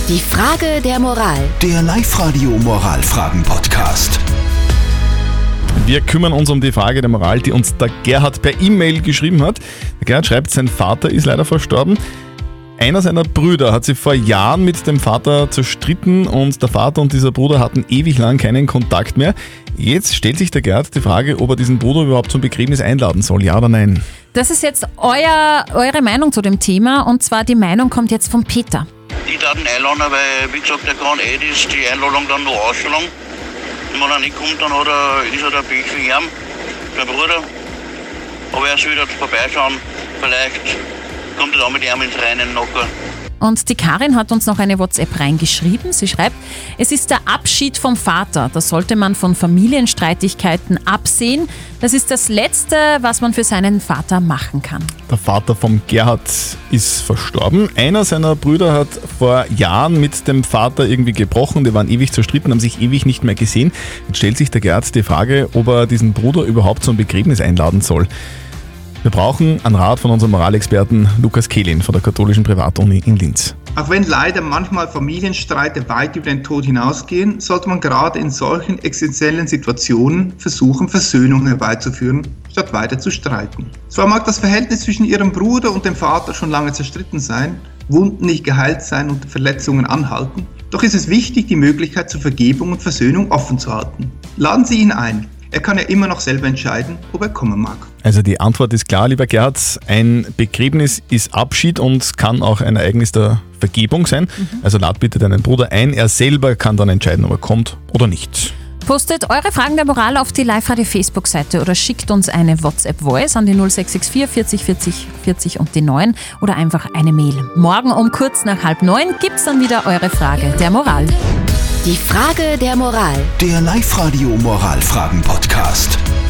Die Frage der Moral. Der Live-Radio-Moralfragen-Podcast. Wir kümmern uns um die Frage der Moral, die uns der Gerhard per E-Mail geschrieben hat. Der Gerhard schreibt, sein Vater ist leider verstorben. Einer seiner Brüder hat sich vor Jahren mit dem Vater zerstritten und der Vater und dieser Bruder hatten ewig lang keinen Kontakt mehr. Jetzt stellt sich der Gerhard die Frage, ob er diesen Bruder überhaupt zum Begräbnis einladen soll, ja oder nein. Das ist jetzt eure Meinung zu dem Thema, und zwar die Meinung kommt jetzt von Peter. Ich darf ihn einladen, weil, wie gesagt, er kann die Einladung dann noch ausschlagen. Und wenn er nicht kommt, dann ist er der Pech für ihn, der Bruder. Aber er soll dort vorbeischauen, vielleicht kommt er dann mit ihm ins Reinen nachher. Und die Karin hat uns noch eine WhatsApp reingeschrieben. Sie schreibt, es ist der Abschied vom Vater. Da sollte man von Familienstreitigkeiten absehen. Das ist das Letzte, was man für seinen Vater machen kann. Der Vater vom Gerhard ist verstorben. Einer seiner Brüder hat vor Jahren mit dem Vater irgendwie gebrochen. Die waren ewig zerstritten, haben sich ewig nicht mehr gesehen. Jetzt stellt sich der Gerhard die Frage, ob er diesen Bruder überhaupt zum Begräbnis einladen soll. Wir brauchen einen Rat von unserem Moralexperten Lukas Kehlin von der Katholischen Privatuni in Linz. Auch wenn leider manchmal Familienstreite weit über den Tod hinausgehen, sollte man gerade in solchen existenziellen Situationen versuchen, Versöhnung herbeizuführen, statt weiter zu streiten. Zwar mag das Verhältnis zwischen ihrem Bruder und dem Vater schon lange zerstritten sein, Wunden nicht geheilt sein und Verletzungen anhalten, doch ist es wichtig, die Möglichkeit zur Vergebung und Versöhnung offen zu halten. Laden Sie ihn ein. Er kann ja immer noch selber entscheiden, ob er kommen mag. Also die Antwort ist klar, lieber Gerhard. Ein Begräbnis ist Abschied und kann auch ein Ereignis der Vergebung sein. Also lad bitte deinen Bruder ein. Er selber kann dann entscheiden, ob er kommt oder nicht. Postet eure Fragen der Moral auf die Live-Radio-Facebook-Seite oder schickt uns eine WhatsApp-Voice an die 0664 40 40 40 und die 9 oder einfach eine Mail. Morgen um kurz nach 8:30 gibt's dann wieder eure Frage der Moral. Die Frage der Moral. Der Live-Radio-Moralfragen-Podcast.